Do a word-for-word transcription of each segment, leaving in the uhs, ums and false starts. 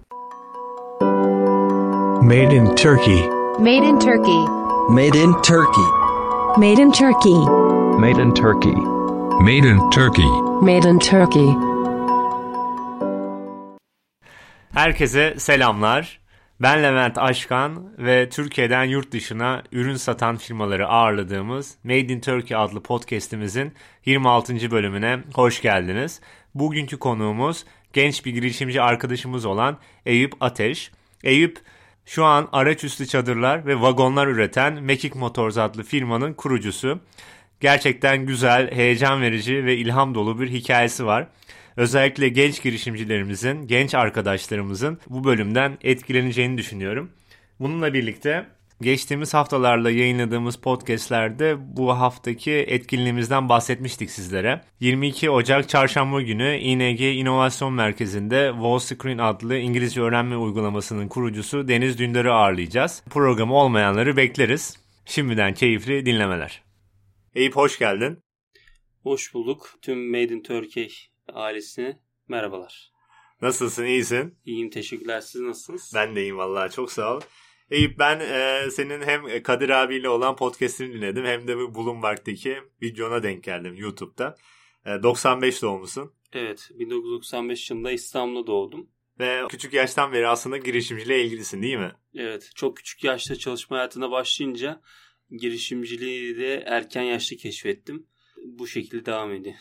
Made in Turkey. Made in Turkey. Made in Turkey. Made in Turkey. Made in Turkey. Made in Turkey. Made in Turkey. Herkese selamlar. Ben Levent Aşkan ve Türkiye'den yurt dışına ürün satan firmaları ağırladığımız Made in Turkey adlı podcast'imizin yirmi altıncı bölümüne hoş geldiniz. Bugünkü konuğumuz genç bir girişimci arkadaşımız olan Eyüp Ateş. Eyüp şu an araçüstü çadırlar ve vagonlar üreten Mekik Motors adlı firmanın kurucusu. Gerçekten güzel, heyecan verici ve ilham dolu bir hikayesi var. Özellikle genç girişimcilerimizin, genç arkadaşlarımızın bu bölümden etkileneceğini düşünüyorum. Bununla birlikte geçtiğimiz haftalarla yayınladığımız podcastlerde bu haftaki etkinliğimizden bahsetmiştik sizlere. yirmi iki Ocak Çarşamba günü İ N G İnovasyon Merkezi'nde Wallscreen adlı İngilizce öğrenme uygulamasının kurucusu Deniz Dündar'ı ağırlayacağız. Programı olmayanları bekleriz. Şimdiden keyifli dinlemeler. Eyüp hoş geldin. Hoş bulduk. Tüm Made in Turkey ailesine merhabalar. Nasılsın, iyisin? İyiyim, teşekkürler. Siz nasılsınız? Ben de iyiyim vallahi, çok sağ ol. Eyüp, ben e, senin hem Kadir abiyle olan podcast'ini dinledim hem de bu Bloomberg'deki videona denk geldim YouTube'da. E, doksan beş doğumlusun. Evet, bin dokuz yüz doksan beş yılında İstanbul'da doğdum. Ve küçük yaştan beri aslında girişimciliğe ilgilisin değil mi? Evet, çok küçük yaşta çalışma hayatına başlayınca girişimciliği de erken yaşta keşfettim. Bu şekilde devam ediyor.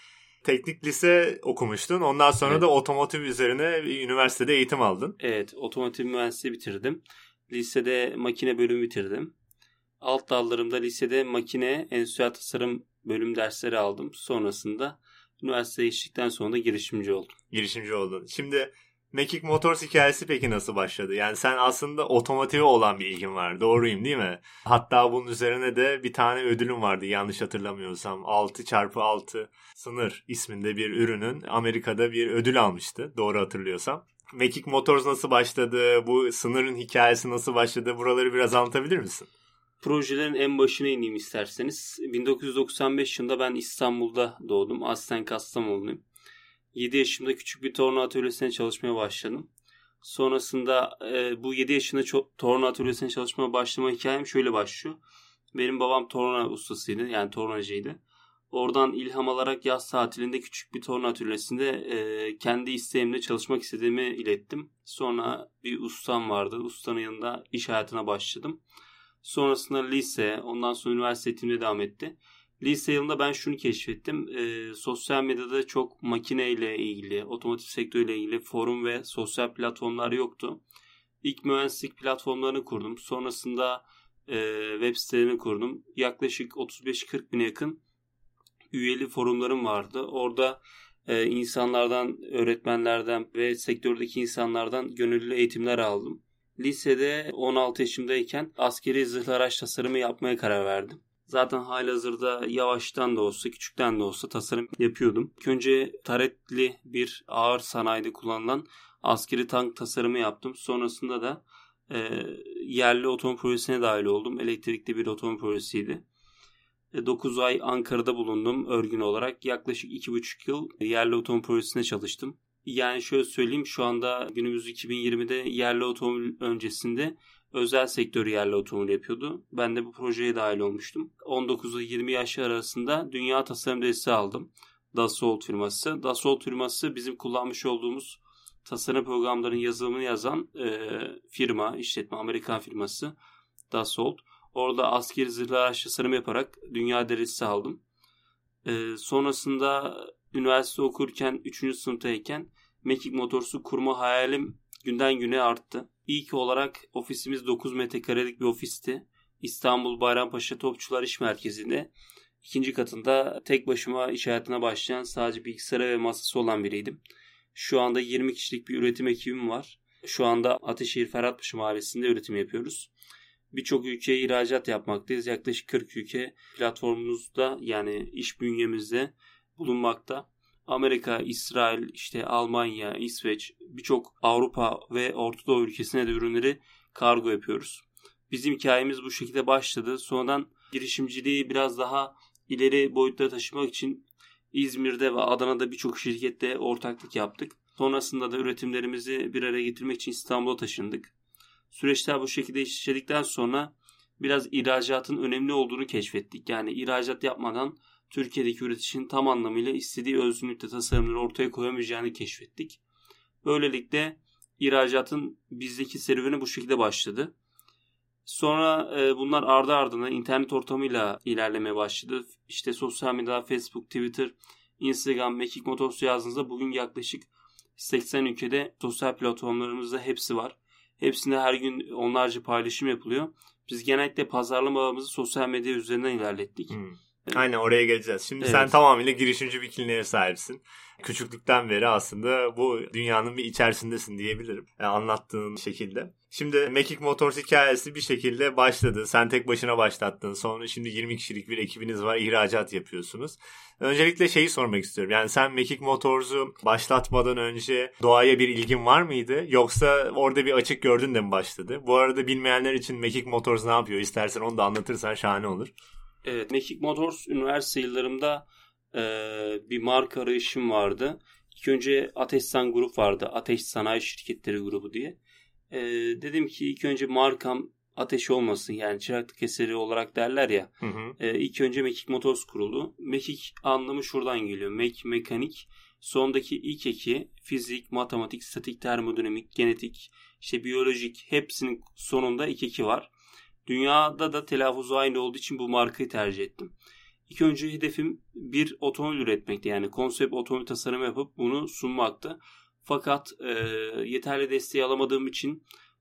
Teknik lise okumuştun. Ondan sonra evet. da otomotiv üzerine bir üniversitede eğitim aldın. Evet, otomotiv mühendisliği bitirdim. Lisede makine bölümü bitirdim. Alt dallarımda lisede makine, endüstriyel tasarım bölüm dersleri aldım. Sonrasında üniversiteye geçtikten sonra da girişimci oldum. Girişimci oldun. Şimdi Mekik Motors hikayesi peki nasıl başladı? Yani sen aslında otomotive olan bir ilgin var. Doğruyum değil mi? Hatta bunun üzerine de bir tane ödülün vardı yanlış hatırlamıyorsam. altı çarpı altı sınır isminde bir ürünün Amerika'da bir ödül almıştı. Doğru hatırlıyorsam. Mekik Motors nasıl başladı? Bu sınırın hikayesi nasıl başladı? Buraları biraz anlatabilir misin? Projelerin en başına ineyim isterseniz. bin dokuz yüz doksan beş yılında ben İstanbul'da doğdum. Aslen Kastamonluyum. yedi yaşımda küçük bir torna atölyesine çalışmaya başladım. Sonrasında e, bu yedi yaşında ço- torna atölyesine çalışmaya başlama hikayem şöyle başlıyor. Benim babam torna ustasıydı, yani tornacıydı. Oradan ilham alarak yaz tatilinde küçük bir torna atölyesinde e, kendi isteğimle çalışmak istediğimi ilettim. Sonra bir ustam vardı. Ustanın yanında iş hayatına başladım. Sonrasında lise, ondan sonra üniversite eğitimine devam etti. Lise yılında ben şunu keşfettim. E, sosyal medyada çok makineyle ilgili, otomotiv sektörüyle ilgili forum ve sosyal platformlar yoktu. İlk mühendislik platformlarını kurdum. Sonrasında e, web sitelerini kurdum. Yaklaşık otuz beş kırk bine yakın üyeli forumlarım vardı. Orada e, insanlardan, öğretmenlerden ve sektördeki insanlardan gönüllü eğitimler aldım. Lisede on altı yaşımdayken askeri zırhlı araç tasarımı yapmaya karar verdim. Zaten halihazırda yavaştan da olsa, küçükten de olsa tasarım yapıyordum. İlk önce taretli bir ağır sanayide kullanılan askeri tank tasarımı yaptım. Sonrasında da e, yerli otomobil projesine dahil oldum. Elektrikli bir otomobil projesiydi. dokuz ay Ankara'da bulundum örgün olarak. Yaklaşık iki buçuk yıl yerli otomobil projesine çalıştım. Yani şöyle söyleyeyim, şu anda günümüz iki bin yirmide yerli otomobil öncesinde özel sektör yerli otomobil yapıyordu. Ben de bu projeye dahil olmuştum. on dokuz ile yirmi yaş arasında dünya tasarım desteği aldım. Dassault firması. Dassault firması bizim kullanmış olduğumuz tasarım programlarının yazılımını yazan e, firma, işletme, Amerikan firması Dassault. Orada askeri zırhlı araç tasarım yaparak dünya derecesi aldım. Ee, sonrasında üniversite okurken üçüncü sınıftayken Mekik Motors'u kurma hayalim günden güne arttı. İlk olarak ofisimiz dokuz metrekarelik bir ofisti. İstanbul Bayrampaşa Topçular İş Merkezi'nde. İkinci katında tek başıma iş hayatına başlayan, sadece bilgisayarı ve masası olan biriydim. Şu anda yirmi kişilik bir üretim ekibim var. Şu anda Ataşehir Ferhatpaşa Mahallesi'nde üretim yapıyoruz. Birçok ülkeye ihracat yapmaktayız. Yaklaşık kırk ülke platformumuzda, yani iş bünyemizde bulunmakta. Amerika, İsrail, işte Almanya, İsveç, birçok Avrupa ve Orta Doğu ülkesine de ürünleri kargo yapıyoruz. Bizim hikayemiz bu şekilde başladı. Sonradan girişimciliği biraz daha ileri boyutlara taşımak için İzmir'de ve Adana'da birçok şirkette ortaklık yaptık. Sonrasında da üretimlerimizi bir araya getirmek için İstanbul'a taşındık. Süreçler bu şekilde işledikten sonra biraz ihracatın önemli olduğunu keşfettik. Yani ihracat yapmadan Türkiye'deki üreticinin tam anlamıyla istediği özgünlükte tasarımları ortaya koyamayacağını keşfettik. Böylelikle ihracatın bizdeki serüveni bu şekilde başladı. Sonra e, bunlar ardı ardına internet ortamıyla ilerlemeye başladı. İşte sosyal medya, Facebook, Twitter, Instagram, Mekik Motors yazdığınızda bugün yaklaşık seksen ülkede sosyal platformlarımızda hepsi var. Hepsinde her gün onlarca paylaşım yapılıyor. Biz genellikle pazarlama ağımızı sosyal medya üzerinden ilerlettik. Hmm. Aynen, oraya geleceğiz. Şimdi Evet. Sen tamamıyla girişimci bir kimliğe sahipsin. Küçüklükten beri aslında bu dünyanın bir içerisindesin diyebilirim. Yani anlattığın şekilde. Şimdi Mekik Motors hikayesi bir şekilde başladı. Sen tek başına başlattın. Sonra şimdi yirmi kişilik bir ekibiniz var. İhracat yapıyorsunuz. Öncelikle şeyi sormak istiyorum. Yani sen Mekik Motors'u başlatmadan önce doğaya bir ilgin var mıydı? Yoksa orada bir açık gördün de mi başladı? Bu arada bilmeyenler için Mekik Motors ne yapıyor? İstersen onu da anlatırsan şahane olur. Evet, Mekik Motors üniversite yıllarımda e, bir marka arayışım vardı. İlk önce Ateşsan Grup vardı. Ateş Sanayi Şirketleri grubu diye. E, dedim ki ilk önce markam Ateş olmasın. Yani çıraklık eseri olarak derler ya. Hı hı. E, ilk önce Mekik Motors kuruldu. Mekik anlamı şuradan geliyor. Mek, mekanik. Sondaki ilk eki fizik, matematik, statik, termodinamik, genetik, işte biyolojik, hepsinin sonunda ilk eki var. Dünyada da telaffuzu aynı olduğu için bu markayı tercih ettim. İlk önce hedefim bir otomobil üretmekti. Yani konsept otomobil tasarımı yapıp bunu sunmaktı. Fakat e, yeterli desteği alamadığım için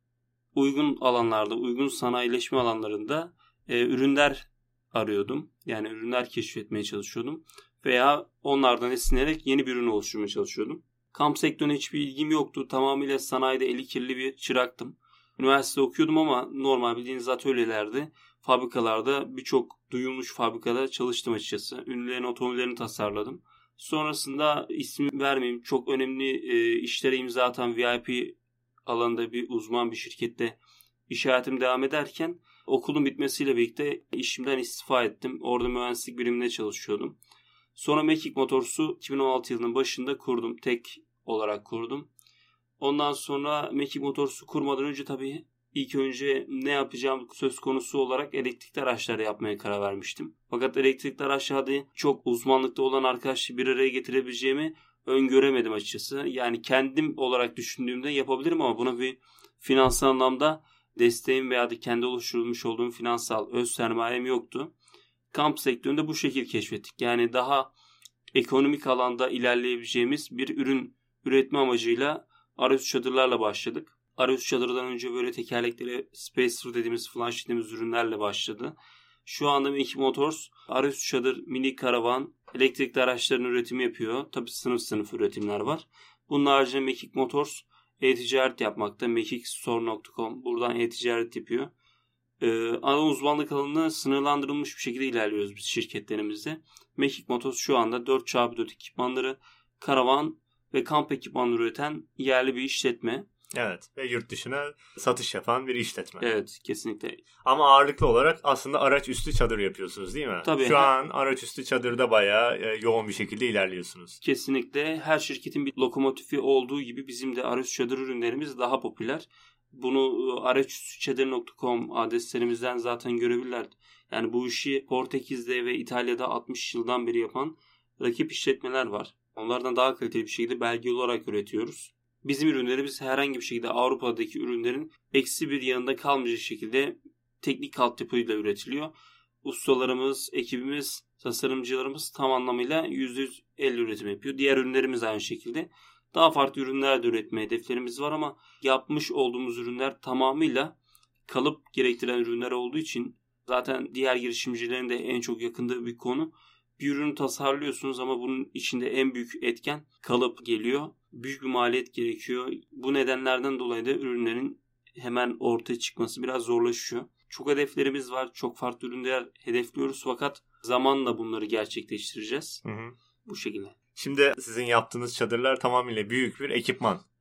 uygun alanlarda, uygun sanayileşme alanlarında e, ürünler arıyordum. Yani ürünler keşfetmeye çalışıyordum. Veya onlardan esinlenerek yeni bir ürün oluşturmaya çalışıyordum. Kamp sektörüne hiçbir ilgim yoktu. Tamamıyla sanayide eli kirli bir çıraktım. Üniversite okuyordum ama normal bildiğiniz atölyelerde, fabrikalarda, birçok duyulmuş fabrikada çalıştım açıkçası. Ünlülerin otomobillerini tasarladım. Sonrasında isim vermeyeyim, çok önemli e, işlere imza atan V I P alanında bir uzman bir şirkette iş hayatım devam ederken okulun bitmesiyle birlikte işimden istifa ettim. Orada mühendislik biriminde çalışıyordum. Sonra Mekik Motors'u iki bin on altı yılının başında kurdum. Tek olarak kurdum. Ondan sonra Mekik Motors'u kurmadan önce tabii ilk önce ne yapacağım söz konusu olarak elektrikli araçlar yapmaya karar vermiştim. Fakat elektrikli araçlarda çok uzmanlıkta olan arkadaşları bir araya getirebileceğimi öngöremedim açıkçası. Yani kendim olarak düşündüğümde yapabilirim ama buna bir finansal anlamda desteğim veya da kendi oluşturulmuş olduğum finansal öz sermayem yoktu. Kamp sektöründe bu şekilde keşfettik. Yani daha ekonomik alanda ilerleyebileceğimiz bir ürün üretme amacıyla araüstü çadırlarla başladık. Araüstü çadırdan önce böyle tekerlekleri Spacer dediğimiz flash dediğimiz ürünlerle başladı. Şu anda Mekik Motors araüstü çadır, mini karavan, elektrikli araçların üretimi yapıyor. Tabii sınıf sınıf üretimler var. Bunun haricinde Mekik Motors e-ticaret yapmakta. mekik store nokta com buradan e-ticaret yapıyor. Ee, ana uzmanlık alanına sınırlandırılmış bir şekilde ilerliyoruz biz şirketlerimizde. Mekik Motors şu anda dört çarpı dört ekipmanları, karavan ve kamp ekipmanları üreten yerli bir işletme. Evet, ve yurt dışına satış yapan bir işletme. Evet, kesinlikle. Ama ağırlıklı olarak aslında araç üstü çadır yapıyorsunuz değil mi? Tabii. Şu an araç üstü çadırda bayağı e, yoğun bir şekilde ilerliyorsunuz. Kesinlikle. Her şirketin bir lokomotifi olduğu gibi bizim de araç çadır ürünlerimiz daha popüler. Bunu araç üstü çadır nokta com adreslerimizden zaten görebilirler. Yani bu işi Portekiz'de ve İtalya'da altmış yıldan beri yapan rakip işletmeler var. Onlardan daha kaliteli bir şekilde belge olarak üretiyoruz. Bizim ürünlerimiz herhangi bir şekilde Avrupa'daki ürünlerin eksi bir yanında kalmayacak şekilde teknik altyapıyla üretiliyor. Ustalarımız, ekibimiz, tasarımcılarımız tam anlamıyla yüzde yüz el üretim yapıyor. Diğer ürünlerimiz aynı şekilde. Daha farklı ürünler de üretme hedeflerimiz var ama yapmış olduğumuz ürünler tamamıyla kalıp gerektiren ürünler olduğu için zaten diğer girişimcilerin de en çok yakındığı bir konu. Bir ürünü tasarlıyorsunuz ama bunun içinde en büyük etken kalıp geliyor. Büyük bir maliyet gerekiyor. Bu nedenlerden dolayı da ürünlerin hemen ortaya çıkması biraz zorlaşıyor. Çok hedeflerimiz var. Çok farklı ürünler hedefliyoruz fakat zamanla bunları gerçekleştireceğiz. Hı hı. Bu şekilde. Şimdi sizin yaptığınız çadırlar tamamıyla büyük bir ekipman.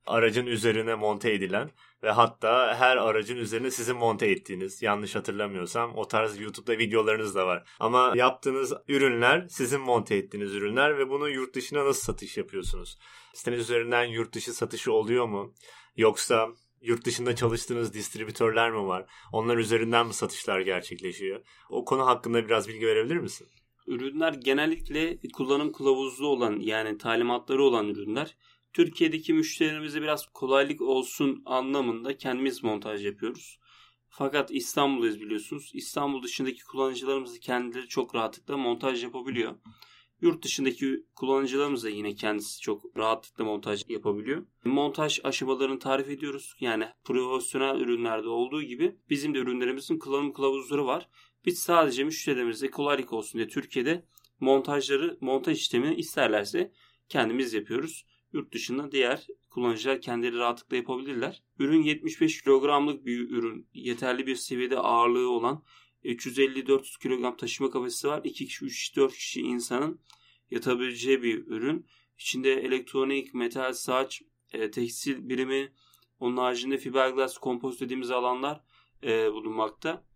aracın üzerine monte edilen ve hatta her aracın üzerine sizin monte ettiğiniz, yanlış hatırlamıyorsam o tarz YouTube'da videolarınız da var. Ama yaptığınız ürünler sizin monte ettiğiniz ürünler ve bunu yurt dışına nasıl satış yapıyorsunuz? Siteniz üzerinden yurt dışı satışı oluyor mu? Yoksa yurt dışında çalıştığınız distribütörler mi var? Onlar üzerinden mi satışlar gerçekleşiyor? O konu hakkında biraz bilgi verebilir misin? Ürünler genellikle kullanım kılavuzlu olan, yani talimatları olan ürünler. Türkiye'deki müşterilerimize biraz kolaylık olsun anlamında kendimiz montaj yapıyoruz. Fakat İstanbul'dayız biliyorsunuz. İstanbul dışındaki kullanıcılarımız da kendileri çok rahatlıkla montaj yapabiliyor. Yurt dışındaki kullanıcılarımız da yine kendisi çok rahatlıkla montaj yapabiliyor. Montaj aşamalarını tarif ediyoruz. Yani profesyonel ürünlerde olduğu gibi bizim de ürünlerimizin kullanım kılavuzları var. Biz sadece müşterilerimize kolaylık olsun diye Türkiye'de montajları, montaj işlemini isterlerse kendimiz yapıyoruz. Yurt dışında diğer kullanıcılar kendileri rahatlıkla yapabilirler. Ürün yetmiş beş kilogramlık bir ürün. Yeterli bir seviyede ağırlığı olan, üç yüz elli dört yüz kilogram taşıma kapasitesi var. iki kişi, üç dört kişi insanın yatabileceği bir ürün. İçinde elektronik, metal saç, e, tekstil birimi, onun haricinde fiberglass, kompozit dediğimiz alanlar e, bulunmakta.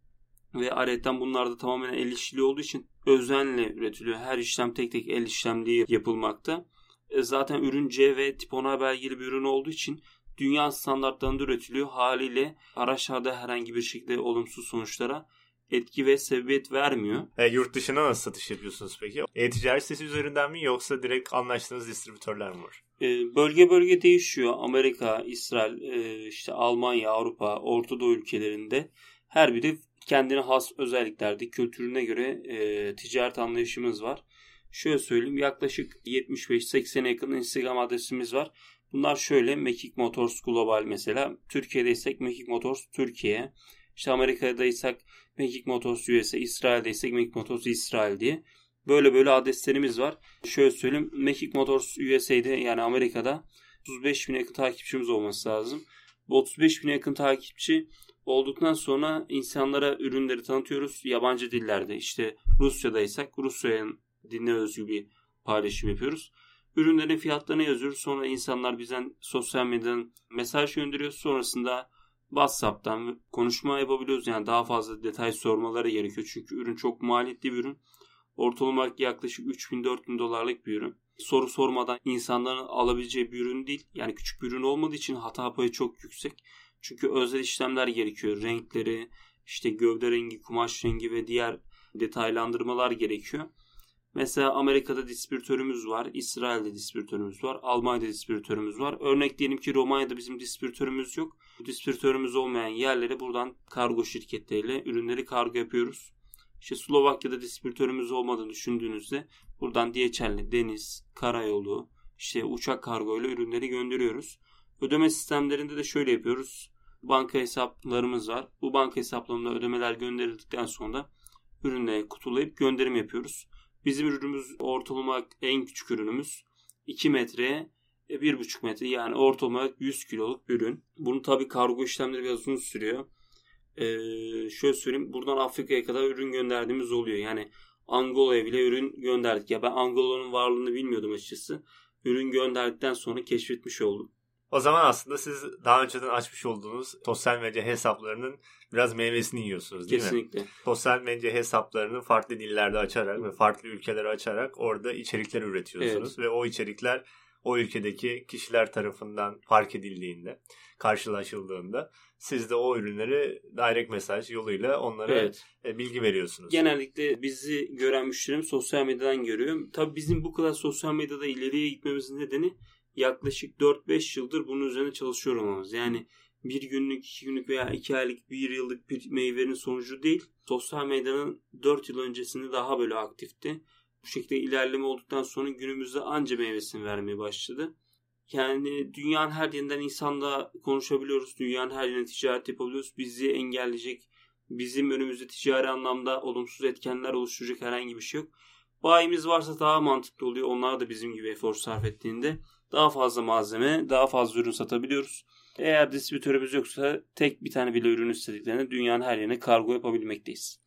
Ve ayrıca bunlar da tamamen el işçiliği olduğu için özenle üretiliyor. Her işlem tek tek el işlemliği yapılmakta. E, zaten ürün C ve tip onar belgeli bir ürün olduğu için dünya standartlarında üretiliyor. Haliyle araçlarda herhangi bir şekilde olumsuz sonuçlara etki ve sebebiyet vermiyor. E, yurt dışına nasıl satış yapıyorsunuz peki? E-ticaret sitesi üzerinden mi yoksa direkt anlaştığınız distribütörler mi var? E, bölge bölge değişiyor. Amerika, İsrail, e, işte Almanya, Avrupa, Orta Doğu ülkelerinde her biri kendine has özelliklerde, kültürüne göre e, ticaret anlayışımız var. Şöyle söyleyeyim, yaklaşık yetmiş beş seksene yakın Instagram adresimiz var. Bunlar şöyle: Mekik Motors Global mesela. Türkiye'deysek Mekik Motors Türkiye. İşte Amerika'daysak Mekik Motors U S A, İsrail'deysek Mekik Motors İsrail diye. Böyle böyle adreslerimiz var. Şöyle söyleyeyim, Mekik Motors U S A'de, yani Amerika'da otuz beş bine yakın takipçimiz olması lazım. Bu otuz beş bine yakın takipçi olduktan sonra insanlara ürünleri tanıtıyoruz. Yabancı dillerde, işte Rusya'daysak Rusya'nın diline özgü bir paylaşım yapıyoruz. Ürünlerin fiyatlarını yazıyoruz. Sonra insanlar bizden sosyal medyadan mesaj gönderiyor. Sonrasında WhatsApp'tan konuşma yapabiliyoruz. Yani daha fazla detay sormaları gerekiyor. Çünkü ürün çok maliyetli bir ürün. Ortalama yaklaşık üç bin dört bin dolarlık bir ürün. Soru sormadan insanların alabileceği bir ürün değil. Yani küçük bir ürün olmadığı için hata payı çok yüksek. Çünkü özel işlemler gerekiyor. Renkleri, işte gövde rengi, kumaş rengi ve diğer detaylandırmalar gerekiyor. Mesela Amerika'da distribütörümüz var, İsrail'de distribütörümüz var, Almanya'da distribütörümüz var. Örnek diyelim ki Romanya'da bizim distribütörümüz yok. Bu distribütörümüz olmayan yerlere buradan kargo şirketleriyle ürünleri kargo yapıyoruz. İşte Slovakya'da distribütörümüz olmadığını düşündüğünüzde buradan D H L'li, deniz, karayolu, işte uçak kargoyla ürünleri gönderiyoruz. Ödeme sistemlerinde de şöyle yapıyoruz. Banka hesaplarımız var. Bu banka hesaplarında ödemeler gönderildikten sonra ürünleri kutulayıp gönderim yapıyoruz. Bizim ürünümüz ortalama, en küçük ürünümüz iki metreye bir buçuk metre, yani ortalama yüz kiloluk bir ürün. Bunun tabii kargo işlemleri biraz uzun sürüyor. Ee, şöyle söyleyeyim, buradan Afrika'ya kadar ürün gönderdiğimiz oluyor. Yani Angola'ya bile ürün gönderdik. Ya ben Angola'nın varlığını bilmiyordum açıkçası. Ürün gönderdikten sonra keşfetmiş oldum. O zaman aslında siz daha önceden açmış olduğunuz sosyal medya hesaplarının biraz meyvesini yiyorsunuz, değil Kesinlikle. mi? Sosyal medya hesaplarını farklı dillerde açarak ve farklı ülkelere açarak orada içerikler üretiyorsunuz. Evet. Ve o içerikler o ülkedeki kişiler tarafından fark edildiğinde, karşılaşıldığında siz de o ürünleri direct mesaj yoluyla onlara evet. bilgi veriyorsunuz. Genellikle bizi gören müşterim sosyal medyadan görüyor. Tabii bizim bu kadar sosyal medyada ileriye gitmemizin nedeni yaklaşık dört beş yıldır bunun üzerine çalışıyor olmamız. Yani bir günlük, iki günlük veya iki aylık, bir yıllık bir meyvenin sonucu değil. Sosyal medyanın dört yıl öncesinde daha böyle aktifti. Bu şekilde ilerleme olduktan sonra günümüzde anca meyvesini vermeye başladı. Yani dünyanın her yerinden insanla konuşabiliyoruz. Dünyanın her yerine ticaret yapabiliyoruz. Bizi engelleyecek, bizim önümüzde ticari anlamda olumsuz etkenler oluşturacak herhangi bir şey yok. Bayimiz varsa daha mantıklı oluyor. Onlar da bizim gibi efor sarf ettiğinde daha fazla malzeme, daha fazla ürün satabiliyoruz. Eğer distribütörümüz yoksa tek bir tane bile ürün istediklerinde dünyanın her yerine kargo yapabilmekteyiz.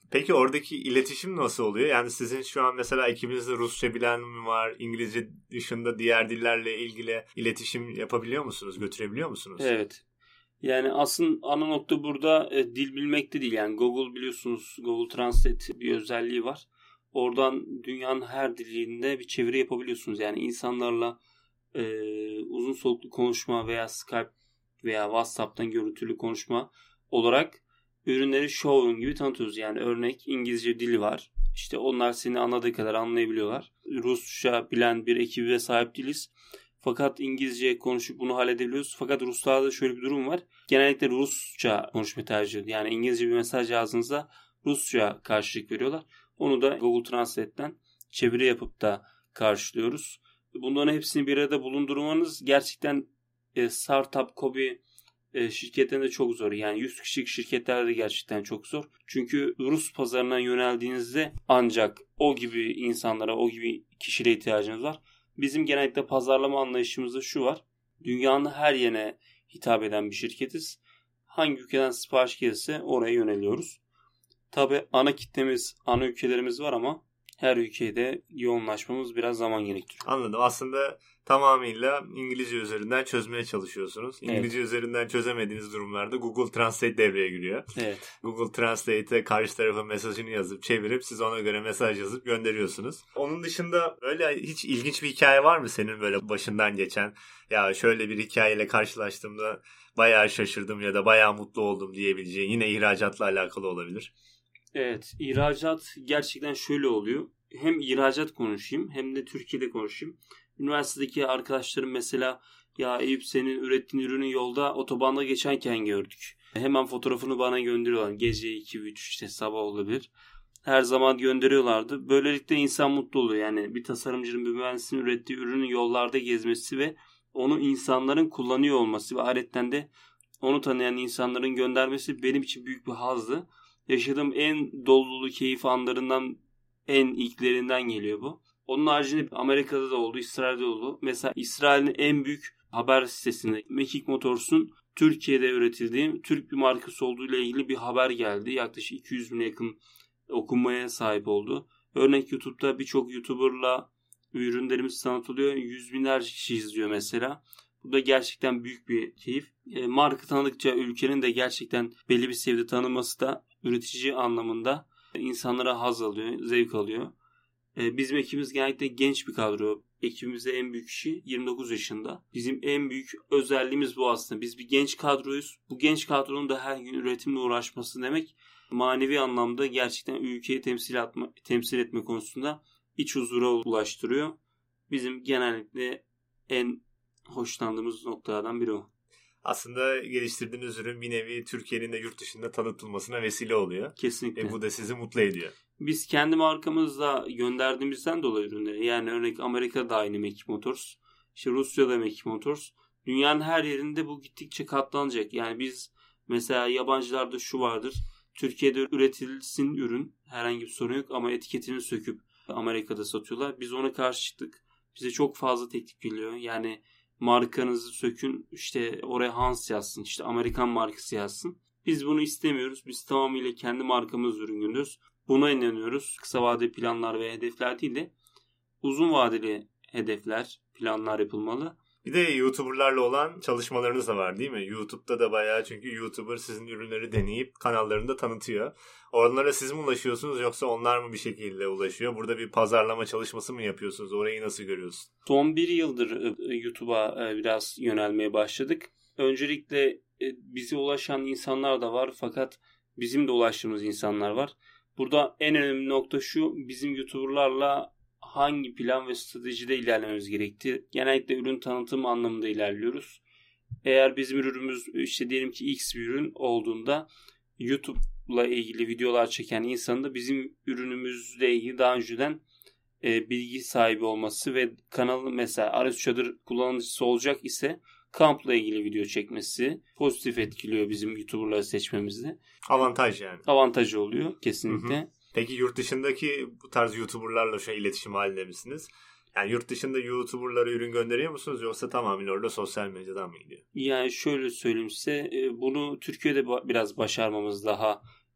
Peki oradaki iletişim nasıl oluyor? Yani sizin şu an mesela ekibinizde Rusça bilen mi var? İngilizce dışında diğer dillerle ilgili iletişim yapabiliyor musunuz? Götürebiliyor musunuz? Evet. Yani aslında ana nokta burada e, dil bilmek de değil. Yani Google biliyorsunuz, Google Translate bir özelliği var. Oradan dünyanın her dilinde bir çeviri yapabiliyorsunuz. Yani insanlarla e, uzun soluklu konuşma veya Skype veya WhatsApp'tan görüntülü konuşma olarak ürünleri showroom gibi tanıtıyoruz. Yani örnek İngilizce dili var. İşte onlar seni anladığı kadar anlayabiliyorlar. Rusça bilen bir ekibe sahip değiliz. Fakat İngilizce konuşup bunu halledebiliyoruz. Fakat Ruslarda şöyle bir durum var. Genellikle Rusça konuşmayı tercih ediyor. Yani İngilizce bir mesaj yazdığınızda Rusça karşılık veriyorlar. Onu da Google Translate'ten çeviri yapıp da karşılıyoruz. Bunların hepsini bir arada bulundurmanız gerçekten e, startup, kobi e, şirketlerinde çok zor. Yani yüz kişilik şirketlerde gerçekten çok zor. Çünkü Rus pazarına yöneldiğinizde ancak o gibi insanlara, o gibi kişilere ihtiyacınız var. Bizim genellikle pazarlama anlayışımızda şu var. Dünyanın her yerine hitap eden bir şirketiz. Hangi ülkeden sipariş gelirse oraya yöneliyoruz. Tabii ana kitlemiz, ana ülkelerimiz var ama her ülkede yoğunlaşmamız biraz zaman gerektiriyor. Anladım. Aslında tamamıyla İngilizce üzerinden çözmeye çalışıyorsunuz. İngilizce evet. üzerinden çözemediğiniz durumlarda Google Translate devreye giriyor. Evet. Google Translate'e karşı tarafa mesajını yazıp çevirip siz ona göre mesaj yazıp gönderiyorsunuz. Onun dışında öyle hiç ilginç bir hikaye var mı senin böyle başından geçen? Ya şöyle bir hikayeyle karşılaştığımda bayağı şaşırdım ya da bayağı mutlu oldum diyebileceğin, yine ihracatla alakalı olabilir. Evet, ihracat gerçekten şöyle oluyor. Hem ihracat konuşayım hem de Türkiye'de konuşayım. Üniversitedeki arkadaşlarım mesela ya Eyüp senin ürettiğin ürünü yolda otobanda geçerken gördük. Hemen fotoğrafını bana gönderiyorlar. Gece iki üç işte sabah olabilir. Her zaman gönderiyorlardı. Böylelikle insan mutlu oluyor. Yani bir tasarımcının, bir mühendisin ürettiği ürünün yollarda gezmesi ve onu insanların kullanıyor olması ve ayrıca de onu tanıyan insanların göndermesi benim için büyük bir hazdı. Yaşadığım en dolu keyif anlarından en ilklerinden geliyor bu. Onun haricinde Amerika'da da oldu, İsrail'de oldu. Mesela İsrail'in en büyük haber sitesinde Mekik Motors'un Türkiye'de üretildiği Türk bir markası olduğu ile ilgili bir haber geldi. Yaklaşık iki yüz bine yakın okunmaya sahip oldu. Örnek YouTube'da birçok YouTuber'la ürünlerimiz tanıtılıyor. Yüz binlerce kişi izliyor mesela. Bu da gerçekten büyük bir keyif. E, marka tanıdıkça ülkenin de gerçekten belli bir seviyede tanınması da üretici anlamında insanlara haz alıyor, zevk alıyor. E, bizim ekibimiz genellikle genç bir kadro. Ekibimizde en büyük kişi yirmi dokuz yaşında. Bizim en büyük özelliğimiz bu aslında. Biz bir genç kadroyuz. Bu genç kadronun da her gün üretimle uğraşması demek manevi anlamda gerçekten ülkeyi temsil etme, temsil etme konusunda iç huzura ulaştırıyor. Bizim genellikle en hoşlandığımız noktalardan biri o. Aslında geliştirdiğiniz ürün bir nevi Türkiye'nin de yurt dışında tanıtılmasına vesile oluyor. Kesinlikle. E bu da sizi mutlu ediyor. Biz kendi markamızla gönderdiğimizden dolayı ürünleri, yani örnek Amerika'da aynı Mekik Motors, işte Rusya'da Mekik Motors, dünyanın her yerinde bu gittikçe katlanacak. Yani biz mesela yabancılarda şu vardır, Türkiye'de üretilsin ürün, herhangi bir sorun yok ama etiketini söküp Amerika'da satıyorlar. Biz ona karşı çıktık. Bize çok fazla teklif geliyor. Yani markanızı sökün, işte oraya Hans yazsın, işte Amerikan markası yazsın. Biz bunu istemiyoruz. Biz tamamıyla kendi markamız ürün gönderiyoruz. Buna inanıyoruz. Kısa vadeli planlar ve hedefler değil de uzun vadeli hedefler, planlar yapılmalı. Bir de YouTuber'larla olan çalışmalarınız da var değil mi? YouTube'da da bayağı, çünkü YouTuber sizin ürünleri deneyip kanallarında tanıtıyor. Onlara siz mi ulaşıyorsunuz yoksa onlar mı bir şekilde ulaşıyor? Burada bir pazarlama çalışması mı yapıyorsunuz? Orayı nasıl görüyorsunuz? Son bir yıldır YouTube'a biraz yönelmeye başladık. Öncelikle bize ulaşan insanlar da var fakat bizim de ulaştığımız insanlar var. Burada en önemli nokta şu: bizim YouTuber'larla hangi plan ve stratejide ilerlememiz gerektiği. Genellikle ürün tanıtım anlamında ilerliyoruz. Eğer bizim ürünümüz işte diyelim ki X bir ürün olduğunda YouTube'la ilgili videolar çeken insanın da bizim ürünümüzle ilgili daha önceden e, bilgi sahibi olması ve kanalı mesela Ares Çadır kullanıcısı olacak ise kampla ilgili video çekmesi pozitif etkiliyor bizim YouTuber'ları seçmemizde. Avantaj yani. Avantajı oluyor kesinlikle. Hı hı. Peki yurt dışındaki bu tarz YouTuber'larla şu iletişim halinde misiniz? Yani yurt dışında YouTuber'lara ürün gönderiyor musunuz yoksa tamamen orada sosyal medyadan mı gidiyor? Yani şöyle söyleyeyim size, bunu Türkiye'de biraz başarmamız daha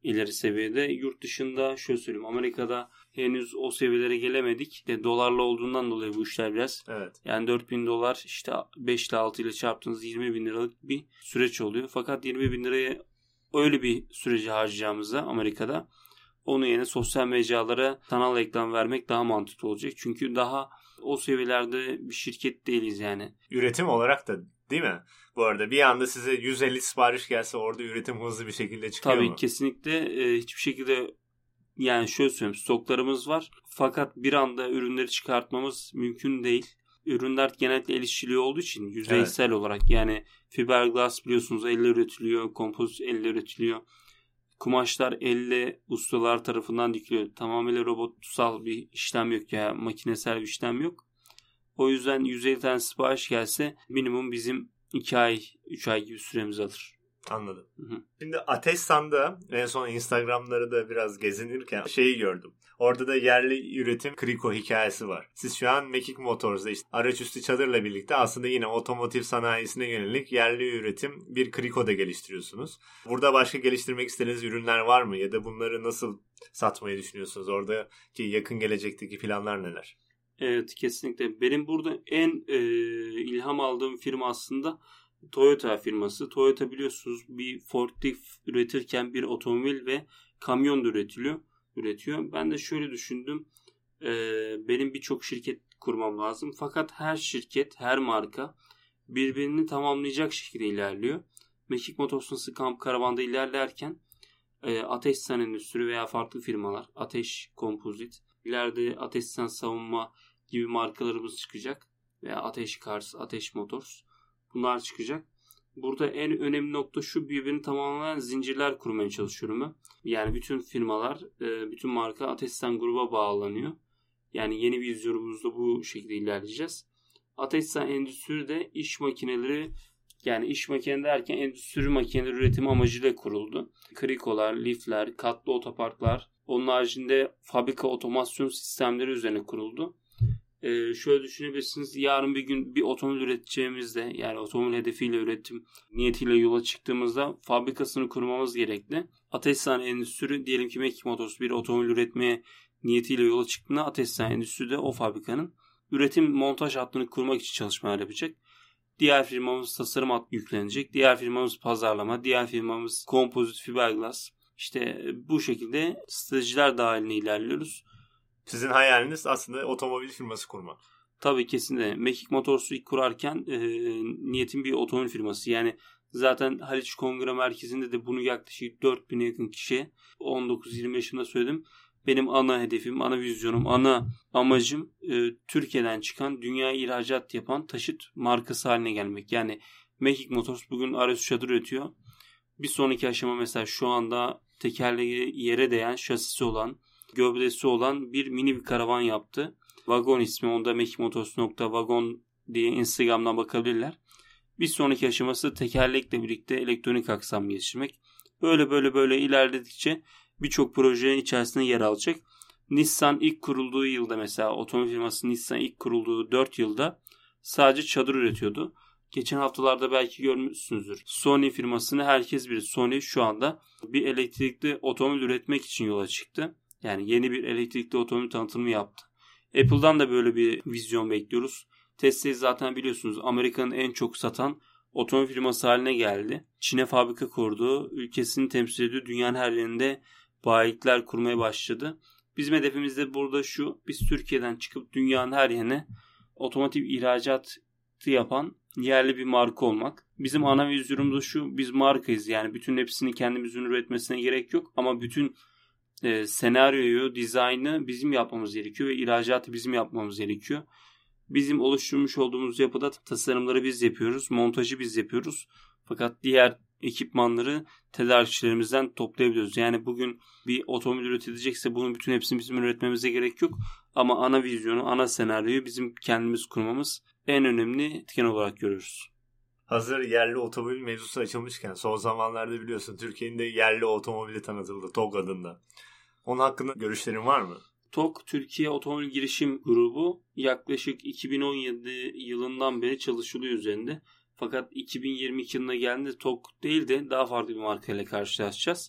ileri seviyede. Yurt dışında şöyle söyleyeyim, Amerika'da henüz o seviyelere gelemedik. De dolarla olduğundan dolayı bu işler biraz. Evet. Yani dört bin dolar işte beş ile altı ile çarptığınız yirmi bin liralık bir süreç oluyor. Fakat yirmi bin liraya öyle bir süreci harcayacağımızda Amerika'da onun yerine sosyal mecralara sanal reklam vermek daha mantıklı olacak. Çünkü daha o seviyelerde bir şirket değiliz yani. Üretim olarak da değil mi? Bu arada bir anda size yüz elli sipariş gelse orada üretim hızlı bir şekilde çıkıyor Tabii, mu? Tabii kesinlikle e, hiçbir şekilde, yani şöyle söyleyeyim, stoklarımız var. Fakat bir anda ürünleri çıkartmamız mümkün değil. Ürünler genellikle el işçiliği olduğu için yüzeysel evet. olarak, yani fiberglass biliyorsunuz elle üretiliyor, kompozit elle üretiliyor. Kumaşlar elle ustalar tarafından dikiliyor. Tamamıyla robotsal bir işlem yok ya, makinesel bir işlem yok. O yüzden yüz elli tane sipariş gelse minimum bizim iki ay, üç ay gibi süremiz alır. Anladım. Hı hı. Şimdi Ateşsan'da en son Instagram'ları da biraz gezinirken şeyi gördüm. Orada da yerli üretim kriko hikayesi var. Siz şu an Mekik Motors'da işte araçüstü çadırla birlikte aslında yine otomotiv sanayisine yönelik yerli üretim bir kriko da geliştiriyorsunuz. Burada başka geliştirmek istediğiniz ürünler var mı? Ya da bunları nasıl satmayı düşünüyorsunuz? Oradaki yakın gelecekteki planlar neler? Evet, kesinlikle. Benim burada en e, ilham aldığım firma aslında Toyota firması. Toyota biliyorsunuz bir forklift üretirken bir otomobil ve kamyon da üretiliyor, üretiyor. Ben de şöyle düşündüm. E, benim birçok şirket kurmam lazım. Fakat her şirket, her marka birbirini tamamlayacak şekilde ilerliyor. Mekik Motors'un Kamp Karavan'da ilerlerken e, Ateşsan Endüstri veya farklı firmalar, Ateş Kompozit, ileride Ateşsan Savunma gibi markalarımız çıkacak. Veya Ateş Cars, Ateş Motors. Bunlar çıkacak. Burada en önemli nokta şu: birbirini tamamlayan zincirler kurmaya çalışıyorum ben. Yani bütün firmalar, bütün marka Ateşsan gruba bağlanıyor. Yani yeni vizyonumuzda bu şekilde ilerleyeceğiz. Ateşsan Endüstri de iş makineleri, yani iş makine derken endüstri makineleri üretimi amacıyla kuruldu. Krikolar, lifler, katlı otoparklar, onun haricinde fabrika otomasyon sistemleri üzerine kuruldu. Ee, şöyle düşünebilirsiniz, yarın bir gün bir otomobil üreteceğimizde, yani otomobil hedefiyle üretim niyetiyle yola çıktığımızda fabrikasını kurmamız gerekli. Ateşsan Endüstri, diyelim ki Mekik Motors bir otomobil üretmeye niyetiyle yola çıktığında Ateşsan Endüstri de o fabrikanın üretim montaj hattını kurmak için çalışmalar yapacak. Diğer firmamız tasarım hattı yüklenecek. Diğer firmamız pazarlama. Diğer firmamız kompozit fiberglass. İşte bu şekilde stratejiler dahilinde ilerliyoruz. Sizin hayaliniz aslında otomobil firması kurmak. Tabii, kesinlikle. Mekik Motors'u ilk kurarken e, niyetim bir otomobil firması. Yani zaten Haliç Kongre Merkezi'nde de bunu yaklaşık dört bine yakın kişiye on dokuz yirmi yaşında söyledim. Benim ana hedefim, ana vizyonum, ana amacım e, Türkiye'den çıkan, dünyaya ihracat yapan taşıt markası haline gelmek. Yani Mekik Motors bugün araç çadır üretiyor. Bir sonraki aşama mesela şu anda tekerleği yere değen, şasisi olan, gövdesi olan bir mini bir karavan yaptı. Vagon ismi, onda mekikmotors nokta wagon diye Instagram'dan bakabilirler. Bir sonraki aşaması tekerlekle birlikte elektronik aksam geliştirmek. Böyle böyle böyle ilerledikçe birçok projenin içerisinde yer alacak. Nissan ilk kurulduğu yılda, mesela otomobil firması Nissan ilk kurulduğu dört yılda sadece çadır üretiyordu. Geçen haftalarda belki görmüşsünüzdür. Sony firmasını herkes bilir. Sony şu anda bir elektrikli otomobil üretmek için yola çıktı. Yani yeni bir elektrikli otomobil tanıtımı yaptı. Apple'dan da böyle bir vizyon bekliyoruz. Tesla'yı zaten biliyorsunuz Amerika'nın en çok satan otomobil firması haline geldi. Çin'e fabrika kurdu. Ülkesini temsil ediyor. Dünyanın her yerinde bayilikler kurmaya başladı. Bizim hedefimiz de burada şu: biz Türkiye'den çıkıp dünyanın her yerine otomotiv ihracatı yapan yerli bir marka olmak. Bizim ana vizyonumuz da şu: biz markayız. Yani bütün hepsini kendimizin üretmesine gerek yok. Ama bütün e, senaryoyu, dizaynı bizim yapmamız gerekiyor ve ihracatı bizim yapmamız gerekiyor. Bizim oluşturmuş olduğumuz yapıda tasarımları biz yapıyoruz, montajı biz yapıyoruz. Fakat diğer ekipmanları tedarikçilerimizden toplayabiliyoruz. Yani bugün bir otomobil üretilecekse bunun bütün hepsini bizim üretmemize gerek yok. Ama ana vizyonu, ana senaryoyu bizim kendimiz kurmamız en önemli etken olarak görüyoruz. Hazır yerli otomobil mevzusu açılmışken, son zamanlarda biliyorsun Türkiye'nin de yerli otomobili tanıtıldı, TOG adında. Onun hakkında görüşlerin var mı? TOG, Türkiye Otomobil Girişim Grubu, yaklaşık iki bin on yedi yılından beri çalışılıyor üzerinde. Fakat iki bin yirmi iki yılına geldiğinde TOG değil de daha farklı bir markayla karşılaşacağız.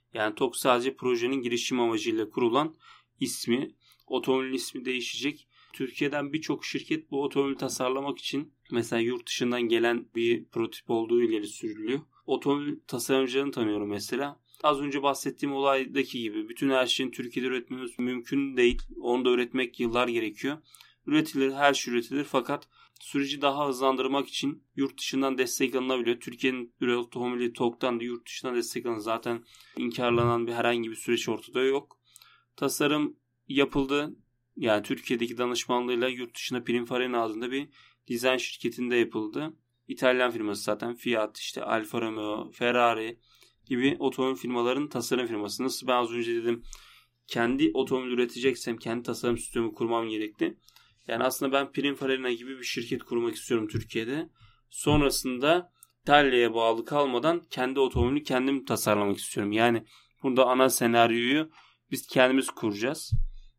Yani TOG sadece projenin girişim amacıyla kurulan ismi. Otomobilin ismi değişecek. Türkiye'den birçok şirket bu otomobili tasarlamak için mesela yurt dışından gelen bir prototip olduğu ileri sürülüyor. Otomobil tasarımcılarını tanıyorum mesela. Az önce bahsettiğim olaydaki gibi bütün her şeyin Türkiye'de üretmemiz mümkün değil. Onu da üretmek yıllar gerekiyor. Üretilir, her şey üretilir fakat süreci daha hızlandırmak için yurt dışından destek alınabiliyor. Türkiye'nin otomobili TOG'dan da yurt dışından destek alınıyor. Zaten inkarlanan bir herhangi bir süreç ortada yok. Tasarım yapıldı. Yani Türkiye'deki danışmanlığıyla yurt dışında Pininfarina adında bir dizayn şirketinde yapıldı. İtalyan firması zaten. Fiat, işte Alfa Romeo, Ferrari gibi otomobil firmaların tasarım firması. Nasıl ben az önce dedim, kendi otomobil üreteceksem kendi tasarım sistemi kurmam gerekli. Yani aslında ben Pininfarina gibi bir şirket kurmak istiyorum Türkiye'de. Sonrasında İtalya'ya bağlı kalmadan kendi otomobilini kendim tasarlamak istiyorum. Yani burada ana senaryoyu biz kendimiz kuracağız.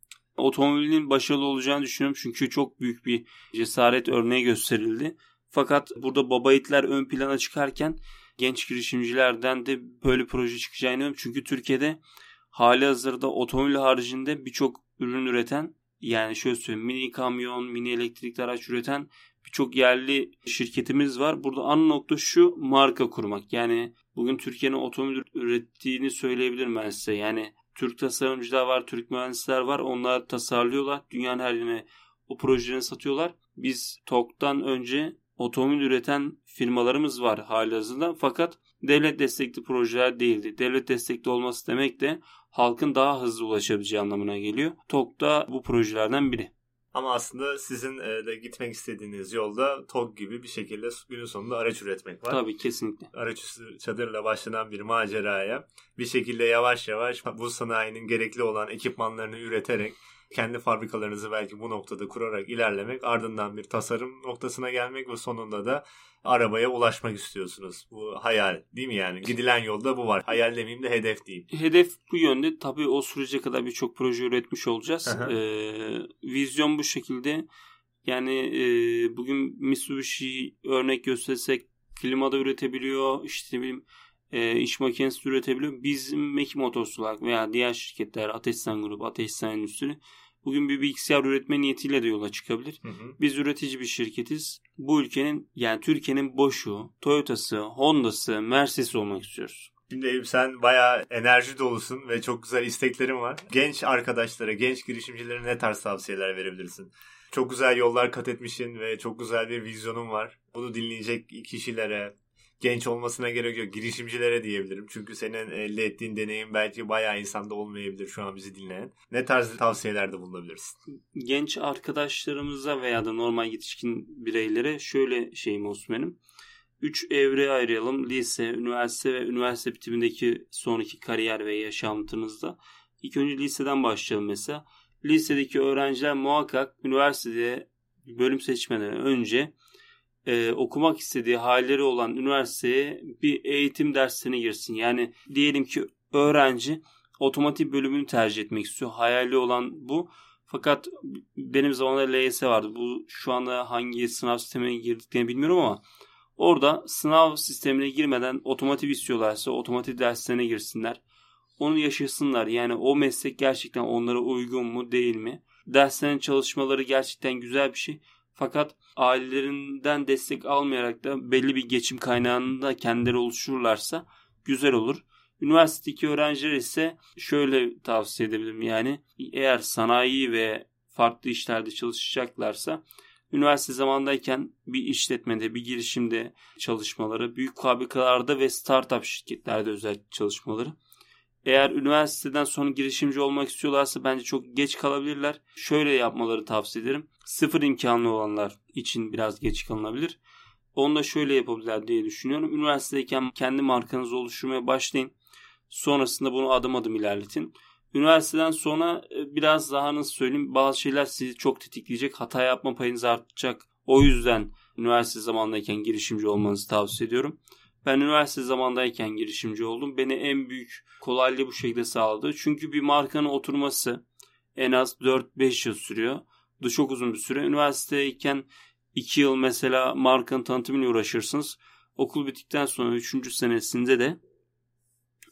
Otomobilin başarılı olacağını düşünüyorum çünkü çok büyük bir cesaret örneği gösterildi. Fakat burada baba yiğitler ön plana çıkarken genç girişimcilerden de böyle proje çıkacağını inanıyorum. Çünkü Türkiye'de hali hazırda otomobil haricinde birçok ürün üreten, yani şöyle söyleyeyim, mini kamyon, mini elektrikli araç üreten birçok yerli şirketimiz var. Burada ana nokta şu: marka kurmak. Yani bugün Türkiye'nin otomobil ürettiğini söyleyebilirim ben size. Yani Türk tasarımcılar var, Türk mühendisler var. Onlar tasarlıyorlar. Dünyanın her yerine o projelerini satıyorlar. Biz TOG'dan önce otomobil üreten firmalarımız var halihazırda. Fakat devlet destekli projeler değildi. Devlet destekli olması demek de halkın daha hızlı ulaşabileceği anlamına geliyor. TOG da bu projelerden biri. Ama aslında sizin de gitmek istediğiniz yolda TOG gibi bir şekilde günün sonunda araç üretmek var. Tabii, kesinlikle. Araç çadırla başlanan bir maceraya bir şekilde yavaş yavaş bu sanayinin gerekli olan ekipmanlarını üreterek kendi fabrikalarınızı belki bu noktada kurarak ilerlemek, ardından bir tasarım noktasına gelmek ve sonunda da arabaya ulaşmak istiyorsunuz. Bu hayal değil mi yani? Gidilen yolda bu var. Hayal demeyeyim de hedef diyeyim. Hedef bu yönde. Tabii o sürece kadar birçok proje üretmiş olacağız. Ee, vizyon bu şekilde. Yani e, bugün Mitsubishi örnek göstersek klimada üretebiliyor. İşte ne bileyim e, iş makinesi üretebiliyor. Bizim Meki Motors olarak veya diğer şirketler, Ateşsan Grup, Ateşsan Endüstri bugün bir bilgisayar üretme niyetiyle de yola çıkabilir. Hı hı. Biz üretici bir şirketiz. Bu ülkenin, yani Türkiye'nin Bosch'u, Toyota'sı, Honda'sı, Mercedes'i olmak istiyoruz. Şimdi Eyüp, sen bayağı enerji dolusun ve çok güzel isteklerin var. Genç arkadaşlara, genç girişimcilere ne tarz tavsiyeler verebilirsin? Çok güzel yollar kat etmişsin ve çok güzel bir vizyonun var. Bunu dinleyecek kişilere, genç olmasına gerek yok, girişimcilere diyebilirim. Çünkü senin elde ettiğin deneyim belki bayağı insanda olmayabilir şu an bizi dinleyen. Ne tarz tavsiyelerde bulunabilirsin? Genç arkadaşlarımıza veya da normal yetişkin bireylere şöyle şeyim olsun benim. Üç evreye ayıralım: lise, üniversite ve üniversite bitimindeki sonraki kariyer ve yaşantınızda. İlk önce liseden başlayalım mesela. Lisedeki öğrenciler muhakkak üniversitede bölüm seçmeden önce Ee, okumak istediği halleri olan üniversiteye bir eğitim dersine girsin. Yani diyelim ki öğrenci otomotiv bölümünü tercih etmek istiyor. Hayali olan bu. Fakat benim zamanımda L Y S vardı. Bu şu anda hangi sınav sistemine girdiklerini bilmiyorum ama orada sınav sistemine girmeden otomotiv istiyorlarsa otomotiv derslerine girsinler. Onu yaşasınlar. Yani o meslek gerçekten onlara uygun mu değil mi? Derslerin çalışmaları gerçekten güzel bir şey. Fakat ailelerinden destek almayarak da belli bir geçim kaynağını da kendileri oluştururlarsa güzel olur. Üniversitedeki öğrenciler ise şöyle tavsiye edebilirim. Yani eğer sanayi ve farklı işlerde çalışacaklarsa üniversite zamandayken bir işletmede, bir girişimde çalışmaları, büyük fabrikalarda ve startup şirketlerde özellikle çalışmaları. Eğer üniversiteden sonra girişimci olmak istiyorlarsa bence çok geç kalabilirler. Şöyle yapmaları tavsiye ederim. Sıfır imkanlı olanlar için biraz geç kalınabilir. Onu da şöyle yapabilirler diye düşünüyorum. Üniversitedeyken kendi markanızı oluşturmaya başlayın. Sonrasında bunu adım adım ilerletin. Üniversiteden sonra biraz daha nasıl söyleyeyim, bazı şeyler sizi çok tetikleyecek. Hata yapma payınız artacak. O yüzden üniversite zamandayken girişimci olmanızı tavsiye ediyorum. Ben üniversite zamandayken girişimci oldum. Beni en büyük kolaylığı bu şekilde sağladı. Çünkü bir markanın oturması en az dört beş yıl sürüyor. Bu da çok uzun bir süre. Üniversiteyken iki yıl mesela markanın tanıtımıyla uğraşırsınız. Okul bittikten sonra üçüncü senesinde de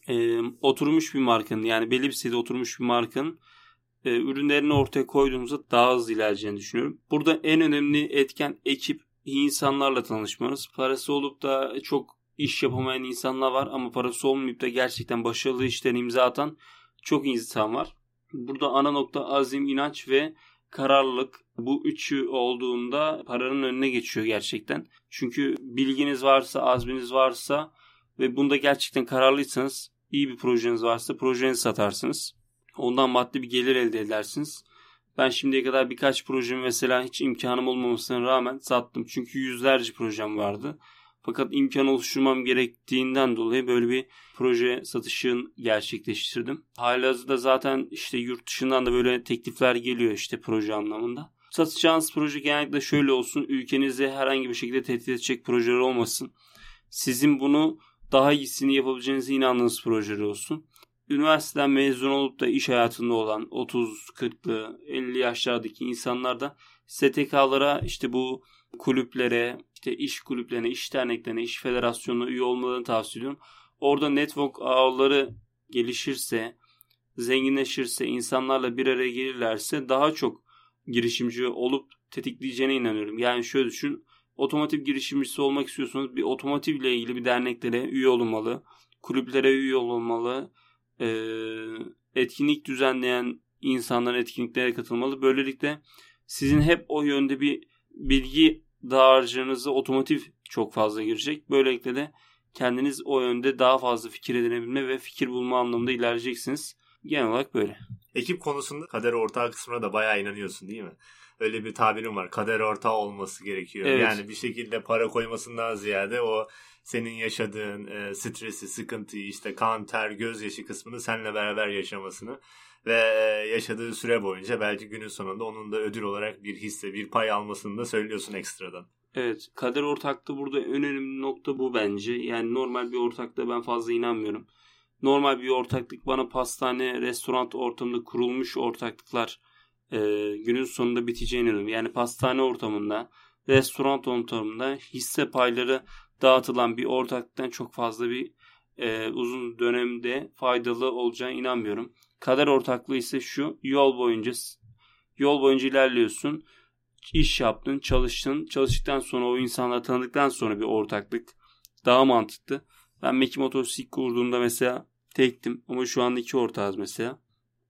e, oturmuş bir markanın, yani belli bir seviyede oturmuş bir markanın e, ürünlerini ortaya koyduğumuzda daha hızlı ilerleyeceğini düşünüyorum. Burada en önemli etken ekip, iyi insanlarla tanışmanız. Parası olup da çok iş yapamayan insanlar var ama parası olmayıp da gerçekten başarılı işlerine imza atan çok insan var. Burada ana nokta azim, inanç ve kararlılık. Bu üçü olduğunda paranın önüne geçiyor gerçekten. Çünkü bilginiz varsa, azminiz varsa ve bunda gerçekten kararlıysanız, iyi bir projeniz varsa projenizi satarsınız. Ondan maddi bir gelir elde edersiniz. Ben şimdiye kadar birkaç projemi mesela hiç imkanım olmamasına rağmen sattım. Çünkü yüzlerce projem vardı. Fakat imkan oluşturmam gerektiğinden dolayı böyle bir proje satışını gerçekleştirdim. Halihazırda zaten işte yurt dışından da böyle teklifler geliyor işte proje anlamında. Satacağınız proje genellikle şöyle olsun. Ülkenizde herhangi bir şekilde tehdit edecek projeler olmasın. Sizin bunu daha iyisini yapabileceğinize inandığınız projeler olsun. Üniversiteden mezun olup da iş hayatında olan otuz kırklı elli yaşlardaki insanlar da S T K'lara, işte bu kulüplere, işte iş kulüplerine, iş derneklerine, iş federasyonuna üye olmalarını tavsiye ediyorum. Orada network ağları gelişirse, zenginleşirse, insanlarla bir araya gelirlerse daha çok girişimci olup tetikleyeceğine inanıyorum. Yani şöyle düşün, otomotiv girişimcisi olmak istiyorsanız bir otomotivle ilgili bir derneklere üye olmalı, kulüplere üye olmalı, Ee, etkinlik düzenleyen insanların etkinliklere katılmalı. Böylelikle sizin hep o yönde bir bilgi dağarcığınıza otomotiv çok fazla girecek. Böylelikle de kendiniz o yönde daha fazla fikir edinebilme ve fikir bulma anlamında ilerleyeceksiniz. Genel olarak böyle. Ekip konusunda kader ortağı kısmına da bayağı inanıyorsun değil mi? Öyle bir tabirim var. Kader ortağı olması gerekiyor. Evet. Yani bir şekilde para koymasından ziyade o senin yaşadığın e, stresi, sıkıntıyı, işte kan, ter, gözyaşı kısmını seninle beraber yaşamasını ve e, yaşadığı süre boyunca belki günün sonunda onun da ödül olarak bir hisse, bir pay almasını da söylüyorsun ekstradan. Evet, kader ortaklığı burada en önemli nokta bu bence. Yani normal bir ortaklığa ben fazla inanmıyorum. Normal bir ortaklık bana pastane, restoran ortamında kurulmuş ortaklıklar e, günün sonunda biteceğini inanıyorum. Yani pastane ortamında, restoran ortamında hisse payları dağıtılan bir ortaklıktan çok fazla bir e, uzun dönemde faydalı olacağına inanmıyorum. Kader ortaklığı ise şu: yol boyunca yol boyunca ilerliyorsun, iş yaptın, çalıştın, çalıştıktan sonra o insanları tanıdıktan sonra bir ortaklık daha mantıklı. Ben Meki Motors ilk kurduğumda mesela tektim ama şu anda iki ortağız mesela.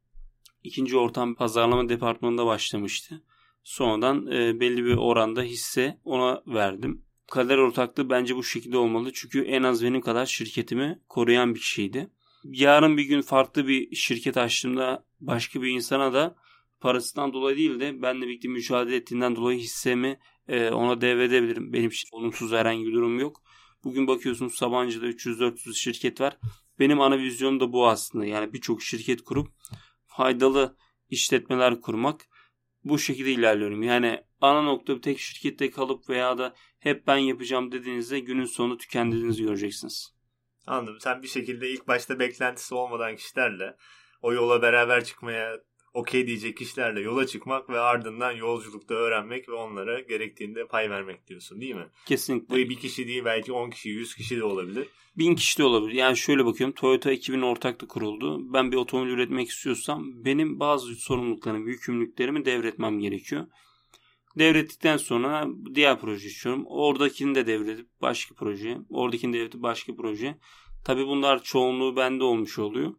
İkinci ortağım pazarlama departmanında başlamıştı. Sonradan e, belli bir oranda hisse ona verdim. Kader ortaklığı bence bu şekilde olmalı. Çünkü en az benim kadar şirketimi koruyan bir kişiydi. Yarın bir gün farklı bir şirket açtığımda başka bir insana da parasından dolayı değil de benimle birlikte mücadele ettiğinden dolayı hissemi e, ona devredebilirim. Benim için olumsuz herhangi bir durum yok. Bugün bakıyorsunuz Sabancı'da üç yüz dört yüz şirket var. Benim ana vizyonum da bu aslında. Yani birçok şirket kurup faydalı işletmeler kurmak. Bu şekilde ilerliyorum. Yani ana nokta bir tek şirkette kalıp veya da hep ben yapacağım dediğinizde günün sonunda tükendiğinizi göreceksiniz. Anladım. Sen bir şekilde ilk başta beklentisi olmadan kişilerle o yola beraber çıkmaya okey diyecek kişilerle yola çıkmak ve ardından yolculukta öğrenmek ve onlara gerektiğinde pay vermek diyorsun değil mi? Kesinlikle. Bu bir kişi değil, belki on kişi, yüz kişi de olabilir. Bin kişi de olabilir. Yani şöyle bakıyorum, Toyota ekibinin ortaklığı kuruldu. Ben bir otomobil üretmek istiyorsam benim bazı sorumluluklarımı, yükümlülüklerimi devretmem gerekiyor. Devrettikten sonra diğer proje istiyorum. Oradakini de devredip başka proje, oradakini devredip başka proje. Tabii bunlar çoğunluğu bende olmuş oluyor.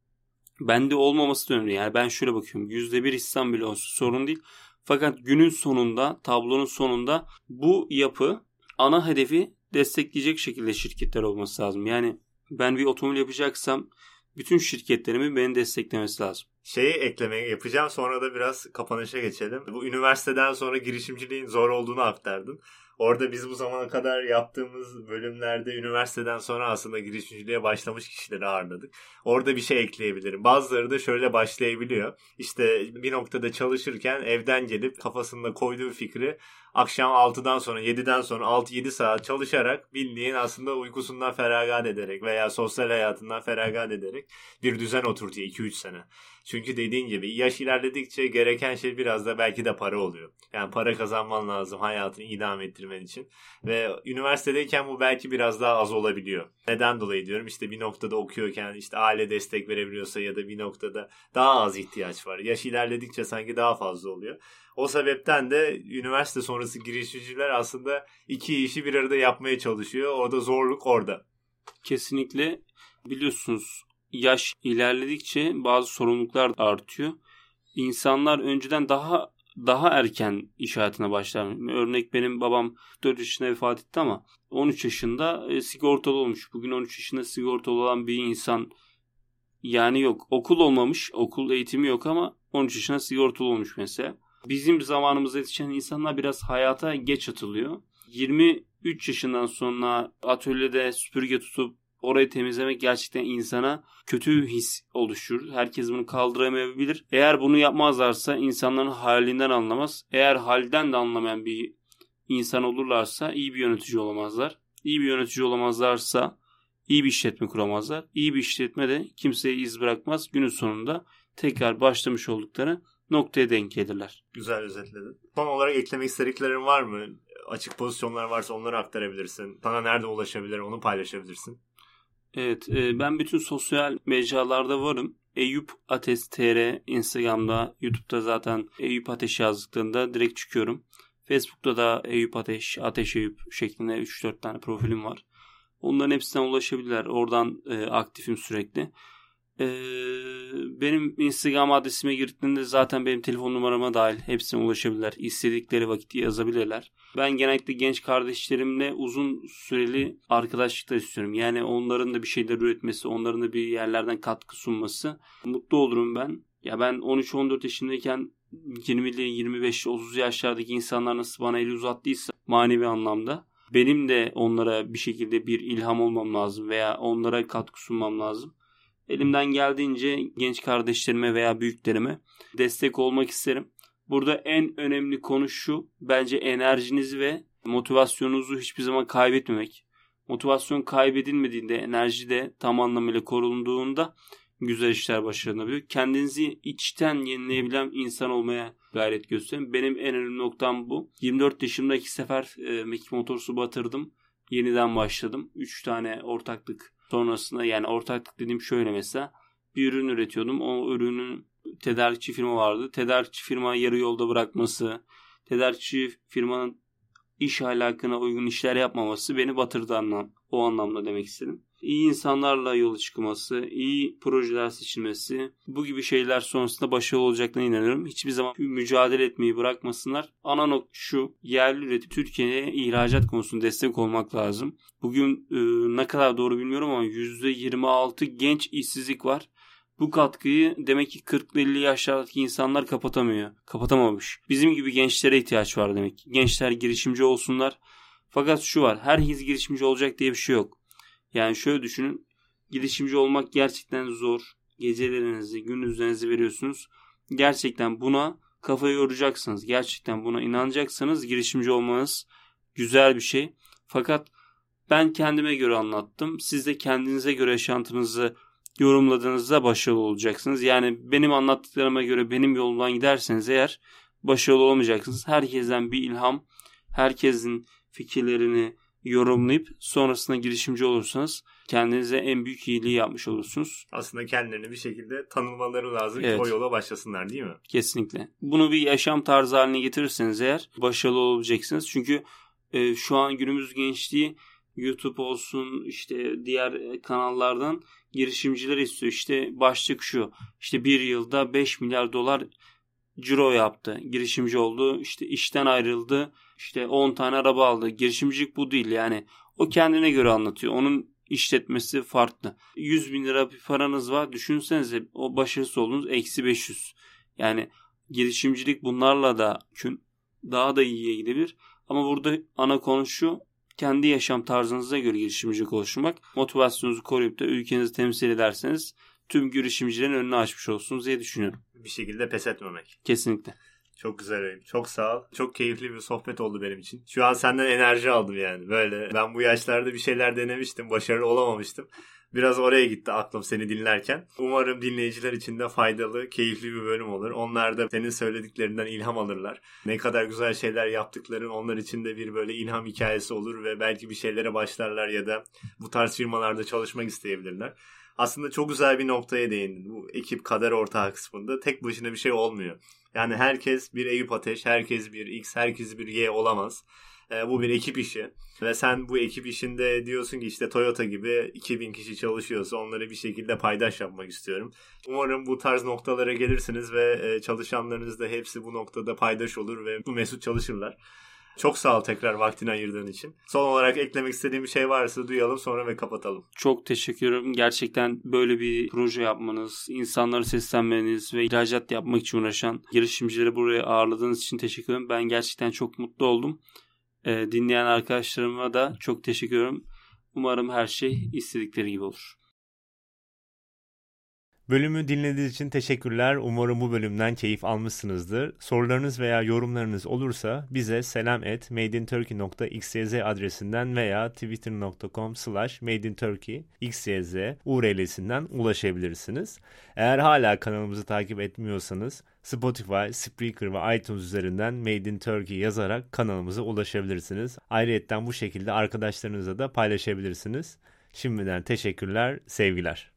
Bende olmaması da önemli. Yani ben şöyle bakıyorum. yüzde bir hissem bile olsa sorun değil. Fakat günün sonunda, tablonun sonunda bu yapı ana hedefi destekleyecek şekilde şirketler olması lazım. Yani ben bir otomobil yapacaksam bütün şirketlerimi beni desteklemesi lazım. Şeyi eklemeyi yapacağım, sonra da biraz kapanışa geçelim. Bu üniversiteden sonra girişimciliğin zor olduğunu aktardın. Orada biz bu zamana kadar yaptığımız bölümlerde üniversiteden sonra aslında girişimciliğe başlamış kişileri ağırladık. Orada bir şey ekleyebilirim. Bazıları da şöyle başlayabiliyor. İşte bir noktada çalışırken evden gelip kafasında koyduğu fikri akşam altıdan sonra yediden sonra altı yedi saat çalışarak bildiğin aslında uykusundan feragat ederek veya sosyal hayatından feragat ederek bir düzen oturtuyor iki üç sene. Çünkü dediğin gibi yaş ilerledikçe gereken şey biraz da belki de para oluyor. Yani para kazanman lazım hayatını idame ettirmen için. Ve üniversitedeyken bu belki biraz daha az olabiliyor. Neden dolayı diyorum? İşte bir noktada okuyorken işte aile destek verebiliyorsa ya da bir noktada daha az ihtiyaç var. Yaş ilerledikçe sanki daha fazla oluyor. O sebepten de üniversite sonrası girişimciler aslında iki işi bir arada yapmaya çalışıyor. Orada zorluk orada. Kesinlikle. Biliyorsunuz yaş ilerledikçe bazı sorumluluklar artıyor. İnsanlar önceden daha daha erken iş hayatına başlar. Örnek benim babam dört yaşında vefat etti ama on üç yaşında e, sigortalı olmuş. Bugün on üç yaşında sigortalı olan bir insan yani yok. Okul olmamış, okul eğitimi yok ama on üç yaşında sigortalı olmuş mesela. Bizim zamanımızda yetişen insanlar biraz hayata geç atılıyor. yirmi üç yaşından sonra atölyede süpürge tutup orayı temizlemek gerçekten insana kötü his oluşturur. Herkes bunu kaldıramayabilir. Eğer bunu yapmazlarsa insanların halinden anlamaz. Eğer halden de anlamayan bir insan olurlarsa iyi bir yönetici olamazlar. İyi bir yönetici olamazlarsa iyi bir işletme kuramazlar. İyi bir işletme de kimseye iz bırakmaz. Günün sonunda tekrar başlamış oldukları noktaya denk gelirler. Güzel özetledin. Son olarak eklemek istediklerin var mı? Açık pozisyonlar varsa onları aktarabilirsin. Sana nerede ulaşabilir onu paylaşabilirsin. Evet, e, ben bütün sosyal mecralarda varım. Eyüp Ateş T R, Instagram'da, YouTube'da zaten Eyüp Ateş yazdıklarında direkt çıkıyorum. Facebook'ta da Eyüp Ateş, Ateş Eyüp şeklinde üç dört tane profilim var. Onların hepsinden ulaşabilirler. Oradan e, aktifim sürekli. E, benim Instagram adresime girdiklerinde zaten benim telefon numarama dahil hepsine ulaşabilirler. İstedikleri vakit yazabilirler. Ben genellikle genç kardeşlerimle uzun süreli arkadaşlıklar istiyorum. Yani onların da bir şeyler üretmesi, onların da bir yerlerden katkı sunması. Mutlu olurum ben. Ya ben on üç on dört yaşındayken yirmili, yirmi beş, otuz yaşlardaki insanlar nasıl bana eli uzattıysa manevi anlamda benim de onlara bir şekilde bir ilham olmam lazım veya onlara katkı sunmam lazım. Elimden geldiğince genç kardeşlerime veya büyüklerime destek olmak isterim. Burada en önemli konu şu, bence enerjinizi ve motivasyonunuzu hiçbir zaman kaybetmemek. Motivasyon kaybedilmediğinde, enerji de tam anlamıyla korunduğunda güzel işler başarılabiliyor. Kendinizi içten yenileyebilen insan olmaya gayret gösterin. Benim en önemli noktam bu. yirmi dört yaşımda iki sefer e, Mekik Motors'u batırdım. Yeniden başladım. üç tane ortaklık sonrasında, yani ortaklık dediğim şöyle mesela. Bir ürün üretiyordum. O ürünün tedarikçi firma vardı. Tedarikçi firma yarı yolda bırakması, tedarikçi firmanın iş ahlakına uygun işler yapmaması beni batırdı anlam. O anlamda demek istedim. İyi insanlarla yola çıkması, iyi projeler seçilmesi, bu gibi şeyler sonrasında başarılı olacaklarına inanıyorum. Hiçbir zaman mücadele etmeyi bırakmasınlar. Ana nokta şu, yerli üretim, Türkiye'ye ihracat konusunda destek olmak lazım. Bugün e, ne kadar doğru bilmiyorum ama yüzde yirmi altı genç işsizlik var. Bu katkıyı demek ki kırk elli yaşlardaki insanlar kapatamıyor. Kapatamamış. Bizim gibi gençlere ihtiyaç var demek ki. Gençler girişimci olsunlar. Fakat şu var, herkes girişimci olacak diye bir şey yok. Yani şöyle düşünün, girişimci olmak gerçekten zor. Gecelerinizi, gündüzlerinizi veriyorsunuz. Gerçekten buna kafayı yoracaksınız. Gerçekten buna inanacaksanız girişimci olmanız güzel bir şey. Fakat ben kendime göre anlattım. Siz de kendinize göre yaşantınızı yorumladığınızda başarılı olacaksınız. Yani benim anlattıklarıma göre benim yolumdan giderseniz eğer başarılı olamayacaksınız. Herkesten bir ilham, herkesin fikirlerini yorumlayıp sonrasında girişimci olursanız kendinize en büyük iyiliği yapmış olursunuz. Aslında kendilerini bir şekilde tanımlaları lazım evet. ki o yola başlasınlar, değil mi? Kesinlikle. Bunu bir yaşam tarzı haline getirirseniz eğer başarılı olacaksınız. Çünkü e, şu an günümüz gençliği YouTube olsun, işte diğer kanallardan girişimciler istiyor. İşte başlık şu, işte bir yılda beş milyar dolar ciro yaptı. Girişimci oldu. İşte işten ayrıldı. İşte on tane araba aldı. Girişimcilik bu değil yani. O kendine göre anlatıyor. Onun işletmesi farklı. yüz bin lira bir paranız var. Düşünsenize o başarısız oldunuz. Eksi beş yüz. Yani girişimcilik bunlarla da mümkün. Daha da iyiye gidebilir. Ama burada ana konu şu. Kendi yaşam tarzınıza göre girişimcilik oluşturmak. Motivasyonunuzu koruyup da ülkenizi temsil ederseniz tüm girişimcilerin önünü açmış olsunuz diye düşünüyorum. Bir şekilde pes etmemek. Kesinlikle. Çok güzel Eyüp. Çok sağ ol. Çok keyifli bir sohbet oldu benim için. Şu an senden enerji aldım yani. Böyle ben bu yaşlarda bir şeyler denemiştim. Başarılı olamamıştım. Biraz oraya gitti aklım seni dinlerken. Umarım dinleyiciler için de faydalı, keyifli bir bölüm olur. Onlar da senin söylediklerinden ilham alırlar. Ne kadar güzel şeyler yaptıkların onlar için de bir böyle ilham hikayesi olur ve belki bir şeylere başlarlar ya da bu tarz firmalarda çalışmak isteyebilirler. Aslında çok güzel bir noktaya değindin. Bu ekip kader ortağı kısmında tek başına bir şey olmuyor. Yani herkes bir Eyüp Ateş, herkes bir X, herkes bir Y olamaz. E, bu bir ekip işi. Ve sen bu ekip işinde diyorsun ki işte Toyota gibi iki bin kişi çalışıyorsa onları bir şekilde paydaş yapmak istiyorum. Umarım bu tarz noktalara gelirsiniz ve çalışanlarınız da hepsi bu noktada paydaş olur ve bu mesut çalışırlar. Çok sağ ol tekrar vaktini ayırdığın için. Son olarak eklemek istediğim bir şey varsa duyalım sonra ve kapatalım. Çok teşekkür ederim. Gerçekten böyle bir proje yapmanız, insanlara seslenmeniz ve ihracat yapmak için uğraşan girişimcileri buraya ağırladığınız için teşekkür ederim. Ben gerçekten çok mutlu oldum. Ee, dinleyen arkadaşlarıma da çok teşekkür ederim. Umarım her şey istedikleri gibi olur. Bölümü dinlediğiniz için teşekkürler. Umarım bu bölümden keyif almışsınızdır. Sorularınız veya yorumlarınız olursa bize selam et madeinturkey nokta xyz adresinden veya twitter nokta com slash madeinturkey xyz U R L'sinden ulaşabilirsiniz. Eğer hala kanalımızı takip etmiyorsanız Spotify, Spreaker ve iTunes üzerinden Made in Turkey yazarak kanalımıza ulaşabilirsiniz. Ayrıca bu şekilde arkadaşlarınızla da paylaşabilirsiniz. Şimdiden teşekkürler, sevgiler.